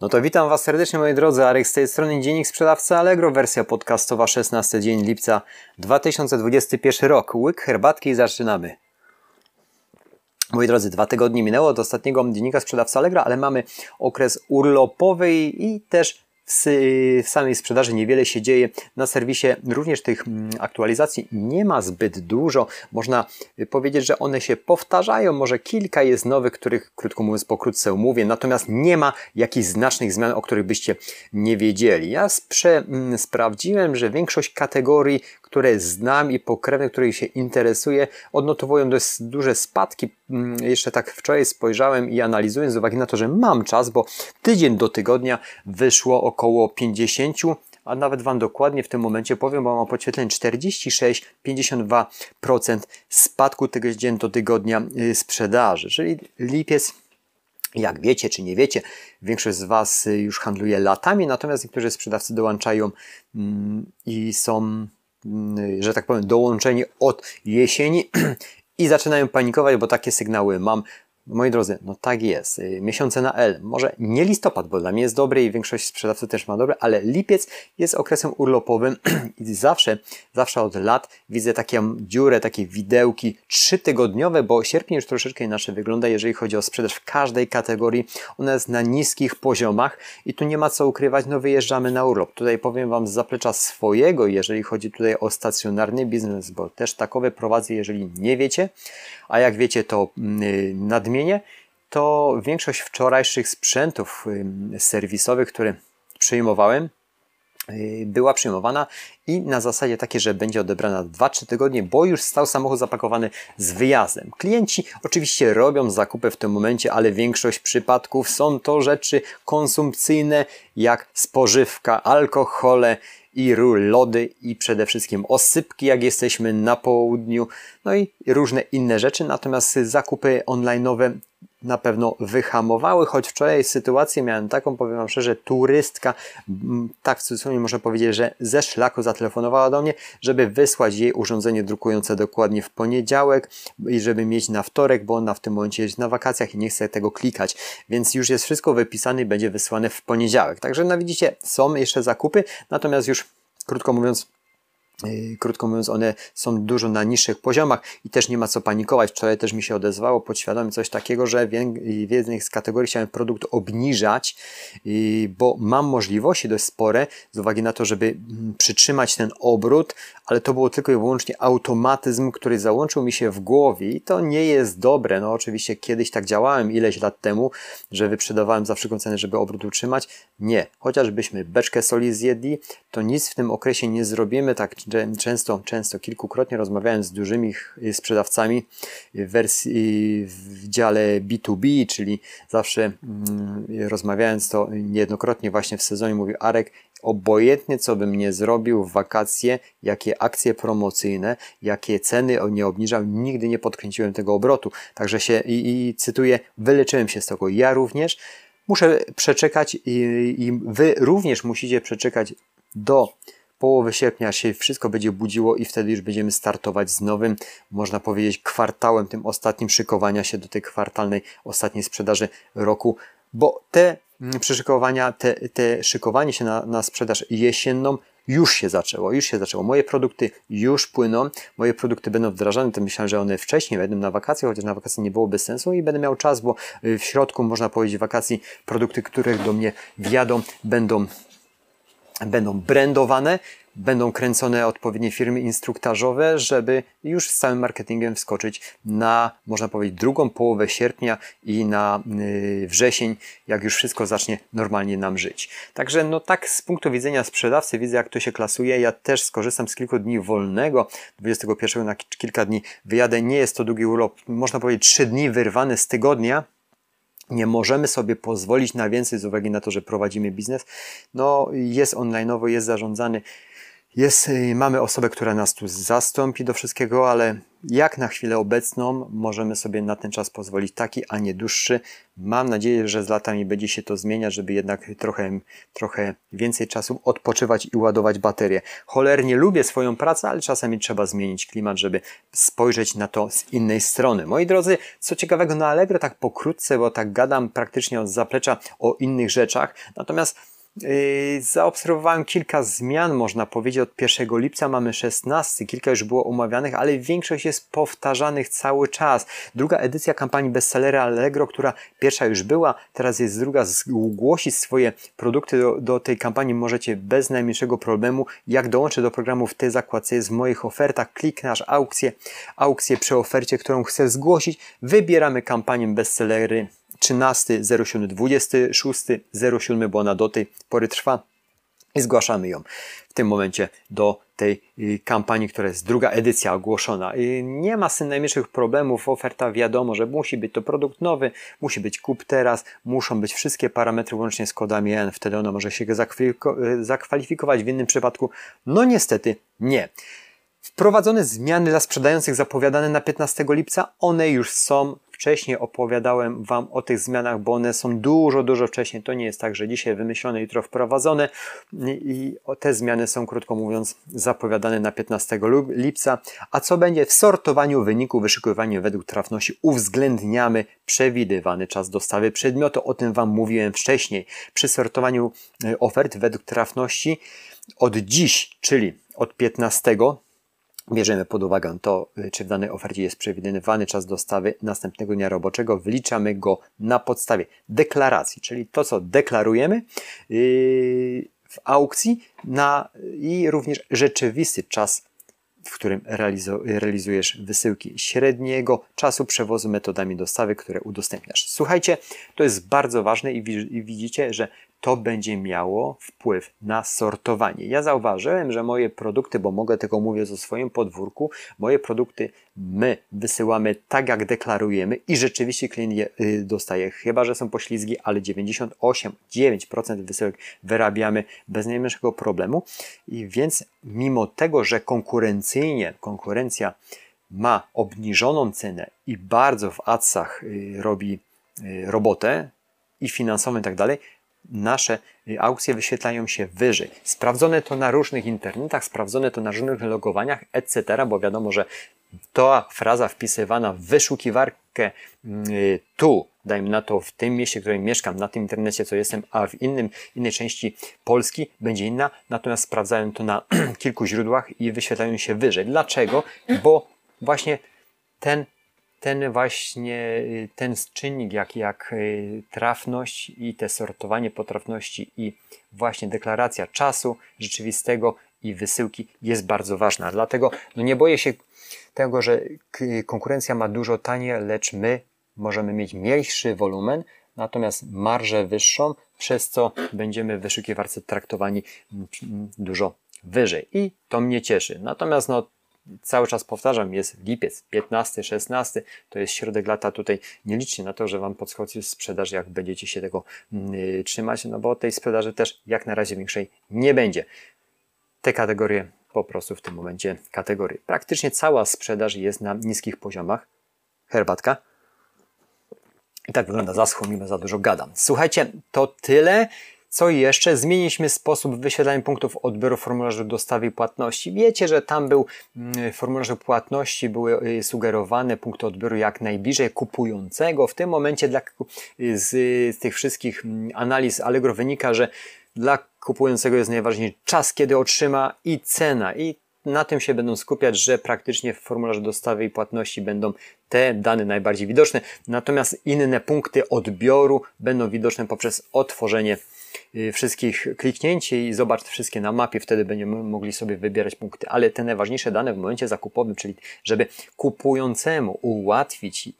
No to witam Was serdecznie, moi drodzy. Arek z tej strony, Dziennik Sprzedawcy Allegro, wersja podcastowa, 16 dzień lipca 2021 rok. Łyk herbatki i zaczynamy. Moi drodzy, 2 tygodnie minęło od ostatniego Dziennika Sprzedawcy Allegro, ale mamy okres urlopowy i też w samej sprzedaży niewiele się dzieje. Na serwisie również tych aktualizacji nie ma zbyt dużo. Można powiedzieć, że one się powtarzają. Może kilka jest nowych, których, krótko mówiąc, pokrótce omówię. Natomiast nie ma jakichś znacznych zmian, o których byście nie wiedzieli. Ja sprawdziłem, że większość kategorii, które znam i pokrewne, których się interesuję, odnotowują dość duże spadki. Jeszcze tak wczoraj spojrzałem i analizując z uwagi na to, że mam czas, bo tydzień do tygodnia wyszło około 50, a nawet Wam dokładnie w tym momencie powiem, bo mam podświetlenie 46-52% spadku tydzień do tygodnia sprzedaży, czyli lipiec. Jak wiecie czy nie wiecie, większość z Was już handluje latami, natomiast niektórzy sprzedawcy dołączają i są, że tak powiem, dołączeni od jesieni i zaczynają panikować, bo takie sygnały mam. Moi drodzy, no tak jest. Miesiące na L. Może nie listopad, bo dla mnie jest dobry i większość sprzedawców też ma dobre, ale lipiec jest okresem urlopowym i zawsze od lat widzę taką dziurę, takie widełki 3-tygodniowe, bo sierpień już troszeczkę inaczej wygląda, jeżeli chodzi o sprzedaż w każdej kategorii. Ona jest na niskich poziomach i tu nie ma co ukrywać, no wyjeżdżamy na urlop. Tutaj powiem Wam z zaplecza swojego, jeżeli chodzi tutaj o stacjonarny biznes, bo też takowe prowadzę, jeżeli nie wiecie, a jak wiecie, to nadmienię, to większość wczorajszych sprzętów serwisowych, które przyjmowałem, była przyjmowana i na zasadzie takie, że będzie odebrana 2-3 tygodnie, bo już stał samochód zapakowany z wyjazdem. Klienci oczywiście robią zakupy w tym momencie, ale większość przypadków są to rzeczy konsumpcyjne, jak spożywka, alkohole i lody i przede wszystkim osypki, jak jesteśmy na południu, no i różne inne rzeczy. Natomiast zakupy online'owe na pewno wyhamowały, choć wczoraj sytuację miałem taką, powiem Wam szczerze, turystka, tak w cudzysłowie można powiedzieć, że ze szlaku zatelefonowała do mnie, żeby wysłać jej urządzenie drukujące dokładnie w poniedziałek i żeby mieć na wtorek, bo ona w tym momencie jest na wakacjach i nie chce tego klikać, więc już jest wszystko wypisane i będzie wysłane w poniedziałek. Także no widzicie, są jeszcze zakupy, natomiast już krótko mówiąc, one są dużo na niższych poziomach i też nie ma co panikować. Wczoraj też mi się odezwało podświadomie coś takiego, że w jednej z kategorii chciałem produkt obniżać, bo mam możliwości dość spore z uwagi na to, żeby przytrzymać ten obrót, ale to było tylko i wyłącznie automatyzm, który załączył mi się w głowie i to nie jest dobre. No oczywiście kiedyś tak działałem ileś lat temu, że wyprzedawałem za wszelką cenę, żeby obrót utrzymać. Nie. Chociażbyśmy beczkę soli zjedli, to nic w tym okresie nie zrobimy. Tak często, kilkukrotnie rozmawiałem z dużymi sprzedawcami w dziale B2B, czyli zawsze rozmawiając to niejednokrotnie właśnie w sezonie mówił Arek, obojętnie co bym nie zrobił w wakacje, jakie akcje promocyjne, jakie ceny nie obniżał, nigdy nie podkręciłem tego obrotu. Także cytuję, wyleczyłem się z tego. Ja również muszę przeczekać i Wy również musicie przeczekać do połowy sierpnia, aż się wszystko będzie budziło i wtedy już będziemy startować z nowym, można powiedzieć, kwartałem, tym ostatnim szykowania się do tej kwartalnej, ostatniej sprzedaży roku, bo te przyszykowania, te szykowanie się na sprzedaż jesienną już się zaczęło. Moje produkty już płyną, moje produkty będą wdrażane, to myślałem, że one wcześniej będą na wakacje, chociaż na wakacje nie byłoby sensu i będę miał czas, bo w środku, można powiedzieć, wakacji produkty, które do mnie wjadą, będą brandowane, będą kręcone odpowiednie firmy instruktażowe, żeby już z całym marketingiem wskoczyć na, można powiedzieć, drugą połowę sierpnia i na wrzesień, jak już wszystko zacznie normalnie nam żyć. Także no tak z punktu widzenia sprzedawcy widzę, jak to się klasuje. Ja też skorzystam z kilku dni wolnego, 21 na kilka dni wyjadę. Nie jest to długi urlop, można powiedzieć 3 dni wyrwane z tygodnia. Nie możemy sobie pozwolić na więcej z uwagi na to, że prowadzimy biznes. No jest online'owo, jest zarządzany Mamy osobę, która nas tu zastąpi do wszystkiego, ale jak na chwilę obecną możemy sobie na ten czas pozwolić taki, a nie dłuższy. Mam nadzieję, że z latami będzie się to zmieniać, żeby jednak trochę więcej czasu odpoczywać i ładować baterię. Cholernie lubię swoją pracę, ale czasami trzeba zmienić klimat, żeby spojrzeć na to z innej strony. Moi drodzy, co ciekawego na Allegro, tak pokrótce, bo tak gadam praktycznie od zaplecza o innych rzeczach, natomiast zaobserwowałem kilka zmian, można powiedzieć. Od 1 lipca mamy 16, kilka już było omawianych, ale większość jest powtarzanych cały czas. Druga edycja kampanii Bestsellery Allegro, która pierwsza już była, teraz jest druga. Zgłosić swoje produkty do tej kampanii możecie bez najmniejszego problemu. Jak dołączę do programu, w tej zakładce jest w moich ofertach, kliknasz aukcję przy ofercie, którą chcę zgłosić, wybieramy kampanię Bestsellery 13.07.26.07, bo ona do tej pory trwa i zgłaszamy ją w tym momencie do tej kampanii, która jest druga edycja ogłoszona. Nie ma z tym najmniejszych problemów. Oferta, wiadomo, że musi być to produkt nowy, musi być kup teraz, muszą być wszystkie parametry łącznie z kodami EN, wtedy ona może się zakwalifikować, w innym przypadku no niestety nie. Wprowadzone zmiany dla sprzedających zapowiadane na 15 lipca, one już są. Wcześniej opowiadałem Wam o tych zmianach, bo one są dużo wcześniej. To nie jest tak, że dzisiaj wymyślone, jutro wprowadzone i te zmiany są, krótko mówiąc, zapowiadane na 15 lipca. A co będzie w sortowaniu wyników, wyszukywaniu według trafności uwzględniamy przewidywany czas dostawy przedmiotu. O tym Wam mówiłem wcześniej. Przy sortowaniu ofert według trafności od dziś, czyli od 15 bierzemy pod uwagę to, czy w danej ofercie jest przewidywany czas dostawy następnego dnia roboczego. Wliczamy go na podstawie deklaracji, czyli to, co deklarujemy w aukcji i również rzeczywisty czas, w którym realizujesz wysyłki, średniego czasu przewozu metodami dostawy, które udostępniasz. Słuchajcie, to jest bardzo ważne i widzicie, że to będzie miało wpływ na sortowanie. Ja zauważyłem, że moje produkty, bo mogę tego mówić o swoim podwórku, moje produkty my wysyłamy tak, jak deklarujemy i rzeczywiście klient je dostaje. Chyba że są poślizgi, ale 98,9% wysyłek wyrabiamy bez najmniejszego problemu. I więc mimo tego, że konkurencja ma obniżoną cenę i bardzo w adsach robi robotę i finansową i tak dalej, nasze aukcje wyświetlają się wyżej. Sprawdzone to na różnych internetach, sprawdzone to na różnych logowaniach, etc., bo wiadomo, że ta fraza wpisywana w wyszukiwarkę tu, dajmy na to w tym mieście, w którym mieszkam, na tym internecie, co jestem, a w innej części Polski będzie inna, natomiast sprawdzałem to na kilku źródłach i wyświetlają się wyżej. Dlaczego? Bo właśnie ten czynnik jak trafność i te sortowanie po trafności i właśnie deklaracja czasu rzeczywistego i wysyłki jest bardzo ważna. Dlatego nie boję się tego, że konkurencja ma dużo taniej, lecz my możemy mieć mniejszy wolumen, natomiast marżę wyższą, przez co będziemy w wyszukiwarce traktowani dużo wyżej. I to mnie cieszy. Natomiast cały czas powtarzam, jest lipiec, 15, 16, to jest środek lata, tutaj nie liczcie na to, że Wam podskoczy sprzedaż, jak będziecie się tego trzymać, bo tej sprzedaży też jak na razie większej nie będzie. Te kategorie po prostu w tym momencie praktycznie cała sprzedaż jest na niskich poziomach. Herbatka. I tak wygląda zaschło, mimo za dużo gadam. Słuchajcie, to tyle. Co jeszcze? Zmieniliśmy sposób wyświetlania punktów odbioru formularzy dostawy i płatności. Wiecie, że tam był w formularzu płatności były sugerowane punkty odbioru jak najbliżej kupującego. W tym momencie z tych wszystkich analiz Allegro wynika, że dla kupującego jest najważniejszy czas, kiedy otrzyma i cena. I na tym się będą skupiać, że praktycznie w formularzu dostawy i płatności będą te dane najbardziej widoczne. Natomiast inne punkty odbioru będą widoczne poprzez otworzenie wszystkich kliknięcie i zobacz wszystkie na mapie, wtedy będziemy mogli sobie wybierać punkty, ale te najważniejsze dane w momencie zakupowym, czyli żeby kupującemu ułatwić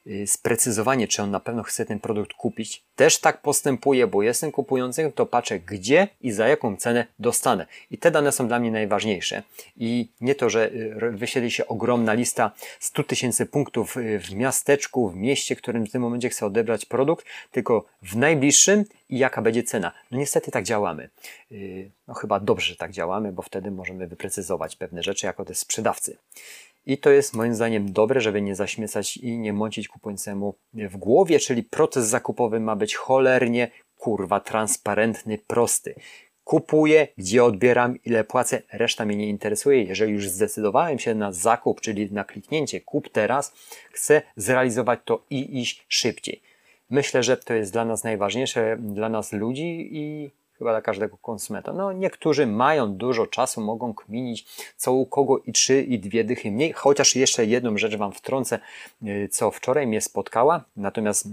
sprecyzowanie, czy on na pewno chce ten produkt kupić. Też tak postępuję, bo jestem kupującym, to patrzę, gdzie i za jaką cenę dostanę. I te dane są dla mnie najważniejsze. I nie to, że wyświetli się ogromna lista 100 000 punktów w miasteczku, w mieście, w którym w tym momencie chcę odebrać produkt, tylko w najbliższym i jaka będzie cena. No niestety tak działamy. No chyba dobrze, że tak działamy, bo wtedy możemy wyprecyzować pewne rzeczy jako te sprzedawcy. I to jest moim zdaniem dobre, żeby nie zaśmiecać i nie mącić kupującemu w głowie, czyli proces zakupowy ma być cholernie, transparentny, prosty. Kupuję, gdzie odbieram, ile płacę, reszta mnie nie interesuje. Jeżeli już zdecydowałem się na zakup, czyli na kliknięcie kup teraz, chcę zrealizować to i iść szybciej. Myślę, że to jest dla nas najważniejsze, dla nas ludzi i chyba dla każdego konsumenta. No niektórzy mają dużo czasu, mogą kminić co u kogo i 3 i 2 dychy mniej, chociaż jeszcze jedną rzecz Wam wtrącę, co wczoraj mnie spotkała, natomiast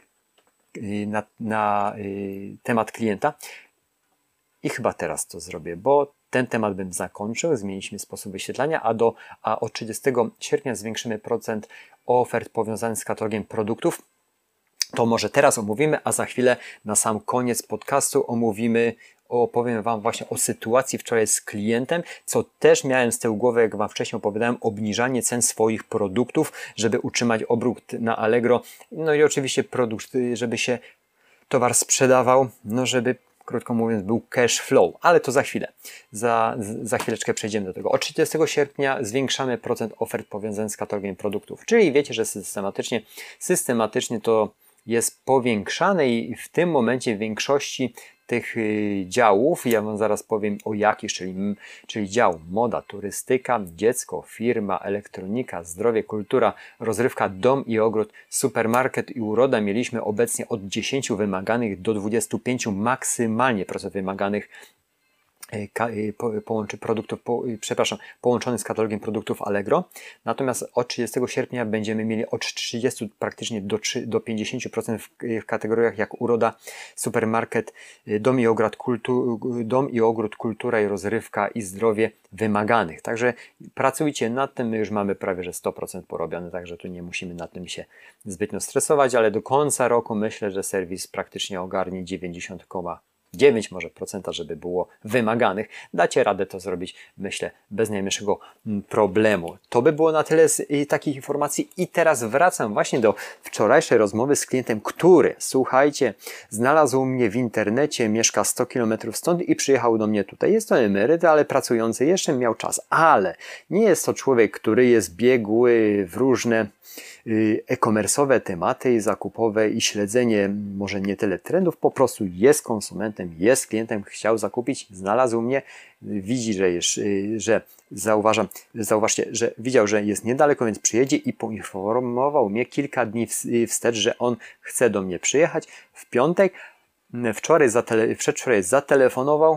na temat klienta i chyba teraz to zrobię, bo ten temat bym zakończył, zmieniliśmy sposób wyświetlania, a od 30 sierpnia zwiększymy procent ofert powiązanych z katalogiem produktów. To może teraz omówimy, a za chwilę na sam koniec podcastu opowiem Wam właśnie o sytuacji wczoraj z klientem, co też miałem z tyłu głowy, jak Wam wcześniej opowiadałem, obniżanie cen swoich produktów, żeby utrzymać obrót na Allegro. No i oczywiście produkt, żeby się towar sprzedawał, no żeby, krótko mówiąc, był cash flow, ale to za chwilę. Za chwileczkę przejdziemy do tego. Od 30 sierpnia zwiększamy procent ofert powiązanych z katalogiem produktów, czyli wiecie, że systematycznie to jest powiększane i w tym momencie w większości tych działów, ja Wam zaraz powiem o jakich, czyli dział moda, turystyka, dziecko, firma, elektronika, zdrowie, kultura, rozrywka, dom i ogród, supermarket i uroda mieliśmy obecnie od 10 wymaganych do 25 maksymalnie procent wymaganych połączonych z katalogiem produktów Allegro. Natomiast od 30 sierpnia będziemy mieli od 30 praktycznie do 50% w kategoriach jak uroda, supermarket, dom i ogród, kultura i rozrywka i zdrowie wymaganych. Także pracujcie nad tym, my już mamy prawie że 100% porobione, także tu nie musimy nad tym się zbytnio stresować, ale do końca roku myślę, że serwis praktycznie ogarnie 90,9 może procenta, żeby było wymaganych. Dacie radę to zrobić, myślę, bez najmniejszego problemu. To by było na tyle z takich informacji i teraz wracam właśnie do wczorajszej rozmowy z klientem, który, słuchajcie, znalazł mnie w internecie, mieszka 100 km stąd i przyjechał do mnie tutaj. Jest to emeryt, ale pracujący, jeszcze miał czas, ale nie jest to człowiek, który jest biegły w różne e-commerce'owe tematy zakupowe i śledzenie może nie tyle trendów, po prostu jest konsumentem, jest klientem, chciał zakupić, znalazł mnie, widzi, zauważcie, że widział, że jest niedaleko, więc przyjedzie i poinformował mnie kilka dni wstecz, że on chce do mnie przyjechać w piątek, przedwczoraj zatelefonował,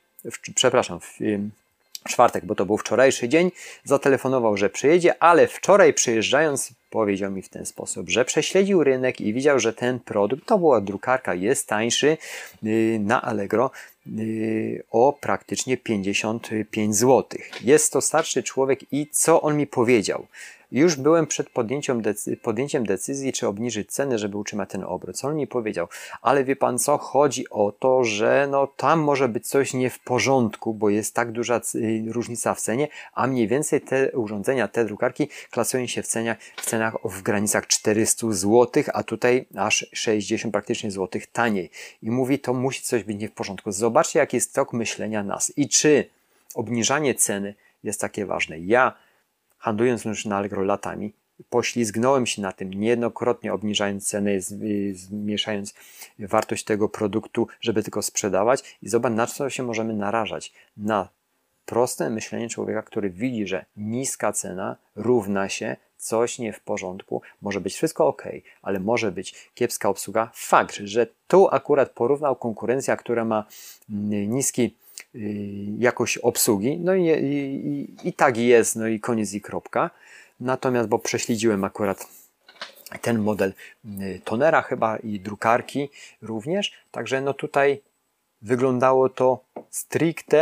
w czwartek, bo to był wczorajszy dzień, zatelefonował, że przyjedzie, ale wczoraj przyjeżdżając powiedział mi w ten sposób, że prześledził rynek i widział, że ten produkt, to była drukarka, jest tańszy na Allegro o praktycznie 55 zł. Jest to starszy człowiek i co on mi powiedział? Już byłem przed podjęciem decyzji, czy obniżyć ceny, żeby utrzymać ten obrót. Co on mi powiedział? Ale wie Pan co? Chodzi o to, że no tam może być coś nie w porządku, bo jest tak duża różnica w cenie, a mniej więcej te urządzenia, te drukarki klasują się w cenach w granicach 400 zł, a tutaj aż 60 praktycznie złotych taniej. I mówi, to musi coś być nie w porządku. Zobaczcie, jaki jest tok myślenia nas i czy obniżanie ceny jest takie ważne. Ja handlując już na Allegro latami, poślizgnąłem się na tym, niejednokrotnie obniżając ceny, zmniejszając wartość tego produktu, żeby tylko sprzedawać i zobacz, na co się możemy narażać. Na proste myślenie człowieka, który widzi, że niska cena równa się coś nie w porządku, może być wszystko ok, ale może być kiepska obsługa. Fakt, że tu akurat porównał konkurencja, która ma niski jakość obsługi, no i tak jest, no i koniec i kropka. Natomiast, bo prześledziłem akurat ten model tonera chyba i drukarki również, także no tutaj wyglądało to stricte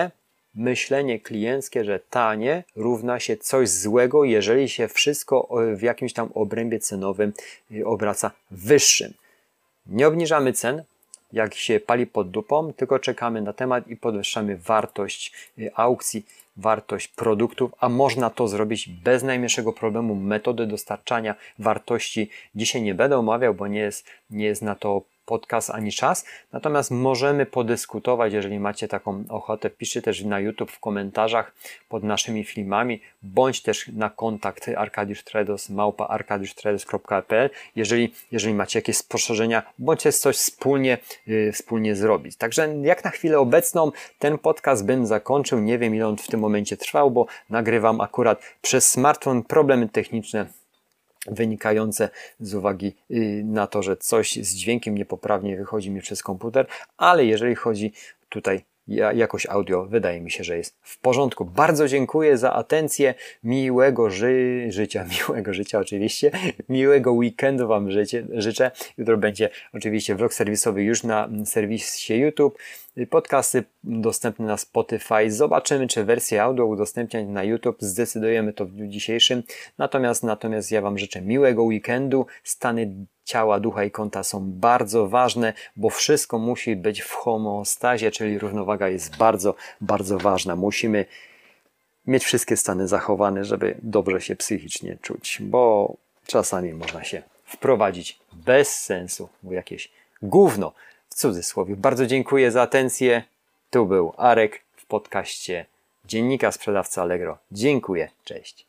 myślenie klienckie, że tanie równa się coś złego, jeżeli się wszystko w jakimś tam obrębie cenowym obraca wyższym. Nie obniżamy cen, jak się pali pod dupą, tylko czekamy na temat i podwyższamy wartość aukcji, wartość produktów, a można to zrobić bez najmniejszego problemu. Metody dostarczania wartości dzisiaj nie będę omawiał, bo nie jest na to podcast ani czas, natomiast możemy podyskutować, jeżeli macie taką ochotę, piszcie też na YouTube w komentarzach pod naszymi filmami, bądź też na kontakt arkadiusztredos@arkadiusztredos.pl, jeżeli macie jakieś spostrzeżenia, bądź też coś wspólnie zrobić. Także jak na chwilę obecną ten podcast bym zakończył, nie wiem ile on w tym momencie trwał, bo nagrywam akurat przez smartfon, problemy techniczne wynikające z uwagi na to, że coś z dźwiękiem niepoprawnie wychodzi mi przez komputer, ale jeżeli chodzi tutaj jakość audio, wydaje mi się, że jest w porządku. Bardzo dziękuję za atencję, miłego życia oczywiście, miłego weekendu Wam życzę. Jutro będzie oczywiście vlog serwisowy już na serwisie YouTube, podcasty dostępne na Spotify. Zobaczymy, czy wersję audio udostępniać na YouTube. Zdecydujemy to w dniu dzisiejszym. Natomiast ja Wam życzę miłego weekendu. Stany ciała, ducha i konta są bardzo ważne, bo wszystko musi być w homeostazie, czyli równowaga jest bardzo, bardzo ważna. Musimy mieć wszystkie stany zachowane, żeby dobrze się psychicznie czuć, bo czasami można się wprowadzić bez sensu w jakieś gówno, w cudzysłowie. Bardzo dziękuję za atencję. Tu był Arek w podcaście Dziennika Sprzedawca Allegro. Dziękuję. Cześć.